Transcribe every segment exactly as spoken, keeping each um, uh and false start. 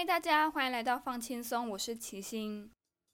嗨，大家欢迎来到放轻松，我是齐心。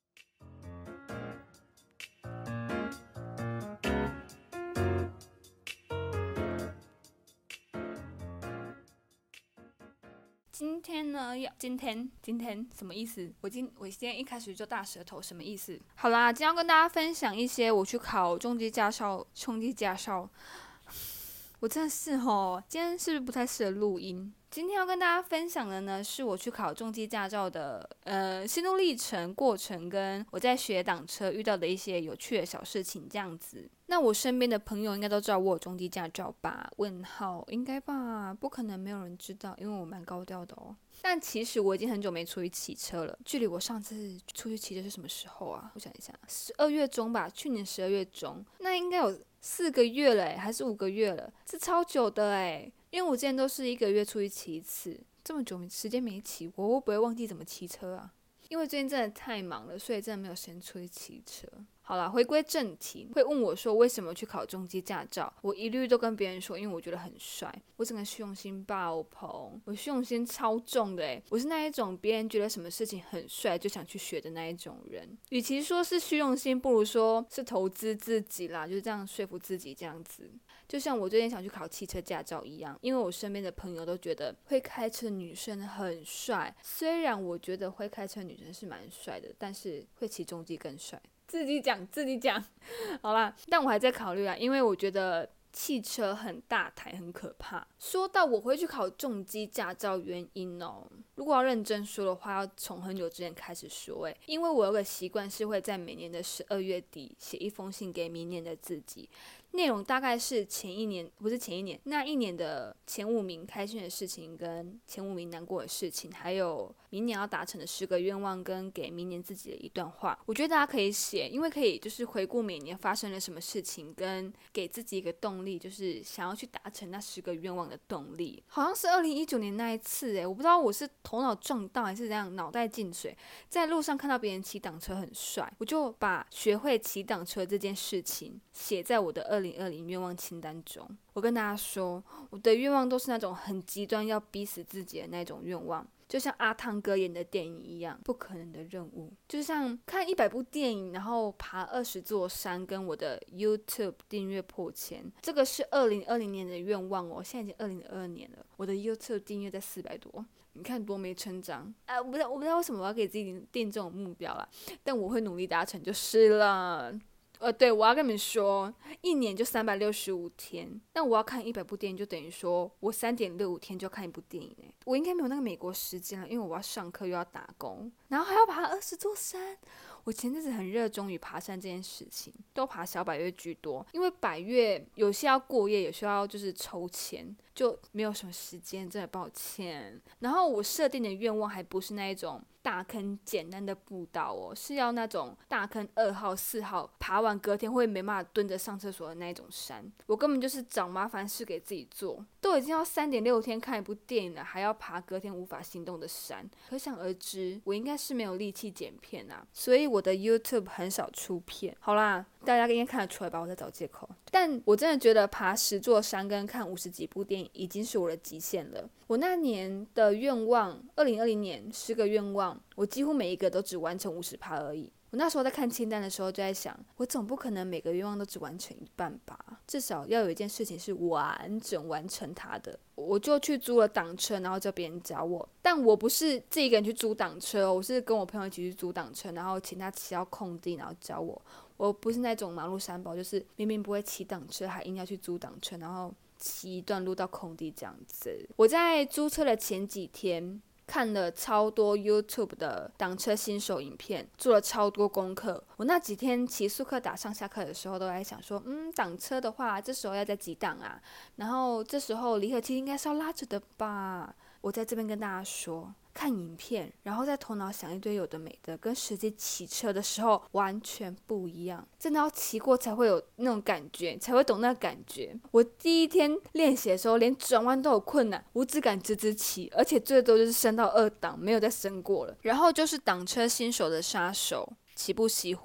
今天呢，要今天今天什么意思？我今我今天一开始就大舌头，什么意思？好啦，今天要跟大家分享一些我去考重机驾校，重机驾校，我真的是吼，今天是不是不太适合录音？今天要跟大家分享的呢，是我去考重机驾照的呃心路历程、过程，跟我在学挡车遇到的一些有趣的小事情，这样子。那我身边的朋友应该都知道我有重机驾照吧？问号，应该吧？不可能没有人知道，因为我蛮高调的哦。但其实我已经很久没出去骑车了，距离我上次出去骑的是什么时候啊？我想一下，十二月中吧，去年十二月中，那应该有四个月了诶，还是五个月了？这超久的诶。因为我之前都是一个月出去骑一次，这么久时间没骑，我会不会忘记怎么骑车啊？因为最近真的太忙了，所以真的没有时间出去骑车。好啦，回归正题，会问我说为什么去考重机驾照，我一律都跟别人说，因为我觉得很帅，我整个虚荣心爆棚，我虚荣心超重的诶，我是那一种别人觉得什么事情很帅就想去学的那一种人。与其说是虚荣心，不如说是投资自己啦，就是这样说服自己这样子。就像我最近想去考汽车驾照一样，因为我身边的朋友都觉得会开车的女生很帅，虽然我觉得会开车的女生是蛮帅的，但是会骑重机更帅。自己讲自己讲，好啦，但我还在考虑啊，因为我觉得汽车很大台，很可怕。说到我会去考重机驾照原因哦，如果要认真说的话，要从很久之前开始说诶，因为我有个习惯是会在每年的十二月底写一封信给明年的自己，内容大概是前一年不是前一年那一年的前五名开心的事情跟前五名难过的事情，还有明年要达成的十个愿望跟给明年自己的一段话。我觉得大家可以写，因为可以就是回顾每年发生了什么事情，跟给自己一个动力，就是想要去达成那十个愿望的动力。好像是二零一九年那一次诶，我不知道我是头脑撞到还是怎样，脑袋进水，在路上看到别人骑挡车很帅，我就把学会骑挡车这件事情写在我的二零二零愿望清单中。我跟大家说，我的愿望都是那种很极端要逼死自己的那种愿望，就像阿汤哥演的电影一样，不可能的任务。就像看一百部电影，然后爬二十座山，跟我的 YouTube 订阅破千，这个是二零二零年的愿望哦。现在已经二零二二年了，我的 YouTube 订阅在四百多，你看多没成长啊！我不知道，我不知道为什么我要给自己定这种目标啦，但我会努力达成就是了。呃，对，我要跟你们说，一年就三百六十五天，那我要看一百部电影，就等于说我三点六五天就要看一部电影诶。我应该没有那个美国时间了，因为我要上课又要打工，然后还要爬二十座山。我前阵子很热衷于爬山这件事情，都爬小百岳居多，因为百岳有些要过夜，有些要就是抽签，就没有什么时间，真的抱歉。然后我设定的愿望还不是那一种大坑简单的步道哦，是要那种大坑二号、四号爬完隔天会没办法蹲着上厕所的那一种山。我根本就是找麻烦事给自己做，都已经要三点六天看一部电影了，还要爬隔天无法行动的山，可想而知，我应该是没有力气剪片啊，所以我的 YouTube 很少出片。好啦，大家应该看得出来吧，我在找借口。但我真的觉得爬十座山跟看五十几部电影已经是我的极限了。我那年的愿望，二零二零年十个愿望，我几乎每一个都只完成五十趴而已。我那时候在看清单的时候就在想，我总不可能每个愿望都只完成一半吧，至少要有一件事情是完整完成它的。我就去租了挡车，然后叫别人教我，但我不是自己一个人去租挡车，我是跟我朋友一起去租挡车，然后请他骑到空地然后教我。我不是那种马路三宝，就是明明不会骑挡车还硬要去租挡车，然后骑一段路到空地这样子。我在租车的前几天看了超多 YouTube 的挡车新手影片，做了超多功课。我那几天骑速克达上下课的时候都在想说，嗯，挡车的话这时候要在几档啊，然后这时候离合器应该是要拉着的吧。我在这边跟大家说，看影片然后在头脑想一堆有的没的，跟实际骑车的时候完全不一样，真的要骑过才会有那种感觉，才会懂那个感觉。我第一天练习的时候连转弯都有困难，我只敢直直骑，而且最多就是升到二档，没有再升过了。然后就是挡车新手的杀手，起步熄火，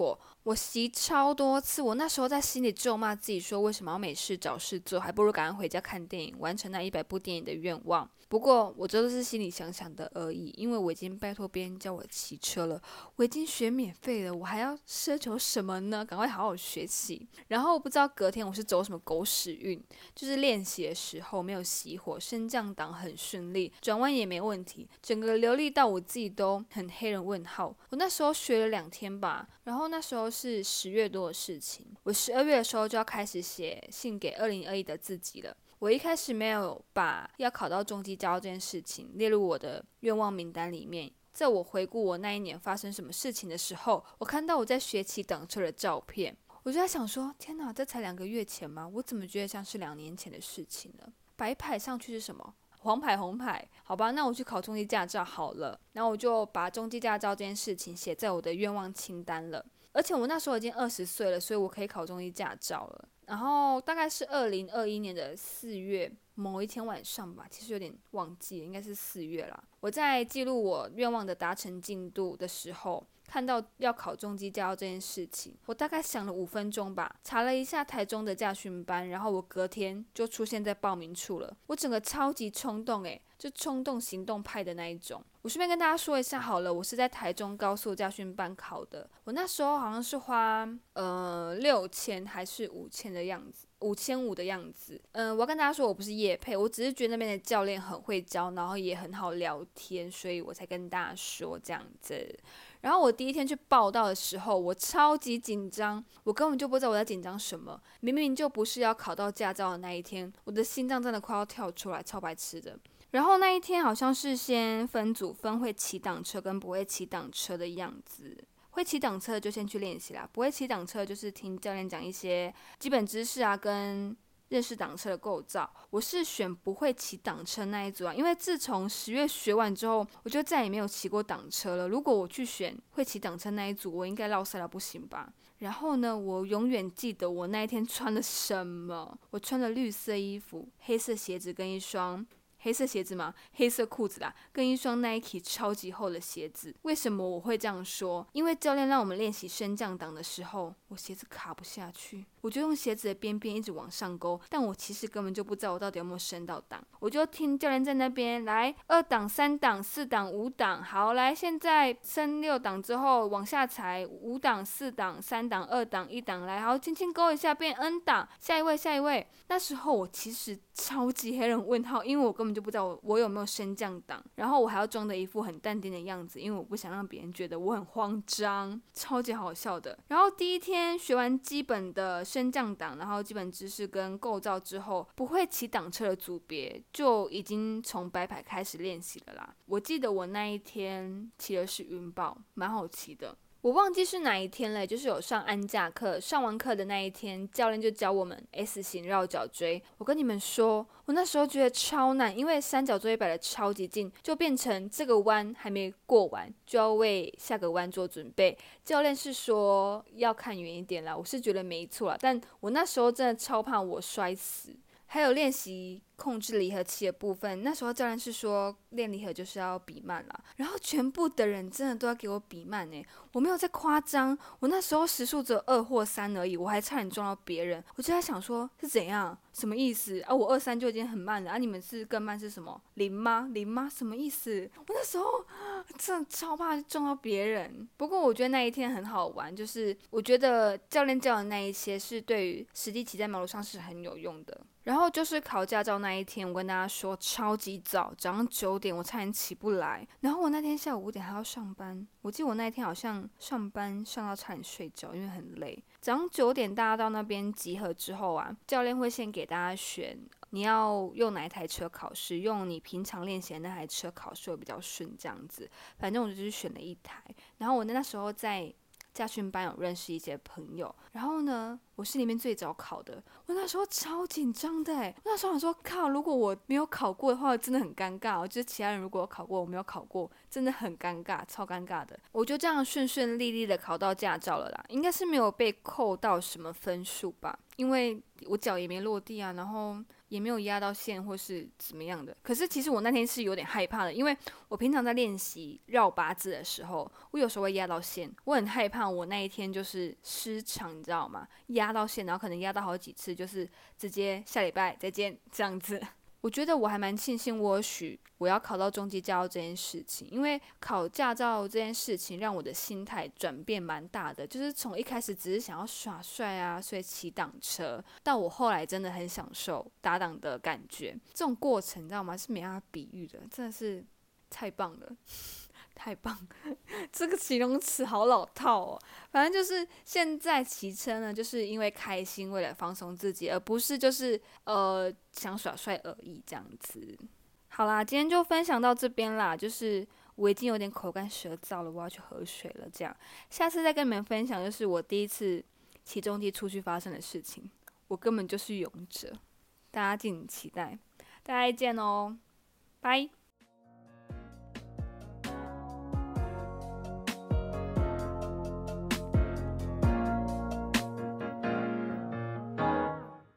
我习超多次，我那时候在心里咒骂自己说，为什么要没事找事做，还不如赶快回家看电影，完成那一百部电影的愿望。不过我这都是心里想想的而已，因为我已经拜托别人教我骑车了，我已经学免费了，我还要奢求什么呢？赶快好好学习。然后不知道隔天我是走什么狗屎运，就是练习的时候没有熄火，升降档很顺利，转弯也没问题，整个流利到我自己都很黑人问号。我那时候学了两天吧，然后那时候是十月多的事情，我十二月的时候就要开始写信给二零二一的自己了。我一开始没有把要考到中级驾照这件事情列入我的愿望名单里面。在我回顾我那一年发生什么事情的时候，我看到我在学骑挡车的照片，我就在想说，天哪，这才两个月前吗？我怎么觉得像是两年前的事情呢？白牌上去是什么？黄牌红牌，好吧，那我去考中级驾照好了。然后我就把中级驾照这件事情写在我的愿望清单了。而且我那时候已经二十岁了，所以我可以考中级驾照了。然后大概是二零二一年的四月某一天晚上吧，其实有点忘记了，应该是四月啦。我在记录我愿望的达成进度的时候，看到要考中级驾照这件事情，我大概想了五分钟吧，查了一下台中的驾训班，然后我隔天就出现在报名处了。我整个超级冲动诶，就冲动行动派的那一种。我顺便跟大家说一下好了，我是在台中高速驾训班考的，我那时候好像是花呃六千还是五千的样子。五千五的样子，嗯，我要跟大家说，我不是业配，我只是觉得那边的教练很会教，然后也很好聊天，所以我才跟大家说这样子。然后我第一天去报到的时候，我超级紧张，我根本就不知道我在紧张什么，明明就不是要考到驾照的那一天，我的心脏真的快要跳出来，超白痴的。然后那一天好像是先分组分会骑挡车跟不会骑挡车的样子。会骑挡车就先去练习啦，不会骑挡车就是听教练讲一些基本知识啊，跟认识挡车的构造。我是选不会骑挡车那一组啊，因为自从十月学完之后，我就再也没有骑过挡车了。如果我去选会骑挡车那一组，我应该落赛了不行吧？然后呢，我永远记得我那一天穿了什么，我穿了绿色衣服、黑色鞋子跟一双。黑色鞋子吗？黑色裤子啦，跟一双 Nike 超级厚的鞋子。为什么我会这样说？因为教练让我们练习升降档的时候，我鞋子卡不下去，我就用鞋子的边边一直往上勾，但我其实根本就不知道我到底有没有升到档。我就听教练在那边来二档、三档、四档、五档，好，来现在升六档之后往下踩，五档、四档、三档、二档、一档，来，好，轻轻勾一下变 N 档，下一位，下一位。那时候我其实超级黑人问号，因为我根本就不知道 我, 我有没有升降档，然后我还要装的一副很淡定的样子，因为我不想让别人觉得我很慌张，超级好笑的。然后第一天学完基本的升降档，然后基本知识跟构造之后，不会骑挡车的组别就已经从白牌开始练习了啦。我记得我那一天骑的是云豹，蛮好骑的。我忘记是哪一天了，就是有上安驾课，上完课的那一天，教练就教我们 S 型绕角锥。我跟你们说，我那时候觉得超难，因为三角锥摆得超级近，就变成这个弯还没过完，就要为下个弯做准备。教练是说要看远一点啦，我是觉得没错啦，但我那时候真的超怕我摔死。还有练习控制离合器的部分，那时候教练是说练离合就是要比慢啦，然后全部的人真的都要给我比慢欸，我没有在夸张，我那时候时速只有二或三而已，我还差点撞到别人，我就在想说是怎样，什么意思啊？我二三就已经很慢了啊，你们是更慢是什么？零吗？零吗？什么意思？我那时候真的超怕撞到别人。不过我觉得那一天很好玩，就是我觉得教练教的那一些是对于实际骑在马路上是很有用的。然后就是考驾照那一天，我跟大家说超级早，早上九点我差点起不来。然后我那天下午五点还要上班，我记得我那天好像上班上到差点睡觉，因为很累。早上九点大家到那边集合之后啊，教练会先给大家选你要用哪一台车考试，用你平常练习的那台车考试会比较顺这样子。反正我就是选了一台，然后我那时候在驾训班有认识一些朋友，然后呢，我是里面最早考的，我那时候超紧张的诶，我那时候想说，靠，如果我没有考过的话，真的很尴尬。我觉得其他人如果有考过，我没有考过，真的很尴尬，超尴尬的。我就这样顺顺利利的考到驾照了啦，应该是没有被扣到什么分数吧，因为我脚也没落地啊，然后也没有压到线或是怎么样的。可是其实我那天是有点害怕的，因为我平常在练习绕八字的时候，我有时候会压到线，我很害怕我那一天就是失常，你知道吗？压到线，然后可能压到好几次，就是直接下礼拜再见这样子。我觉得我还蛮庆幸我有许我要考到中级驾照这件事情，因为考驾照这件事情让我的心态转变蛮大的，就是从一开始只是想要耍帅啊，所以骑挡车，到我后来真的很享受打挡的感觉，这种过程你知道吗？是没办法比喻的，真的是太棒了。太棒，这个形容词好老套哦。反正就是现在骑车呢，就是因为开心，为了放松自己，而不是就是呃想耍帅而已这样子。好啦，今天就分享到这边啦。就是我已经有点口干舌燥了，我要去喝水了。这样，下次再跟你们分享，就是我第一次骑重机出去发生的事情。我根本就是勇者，大家敬请期待。大家再见哦，拜。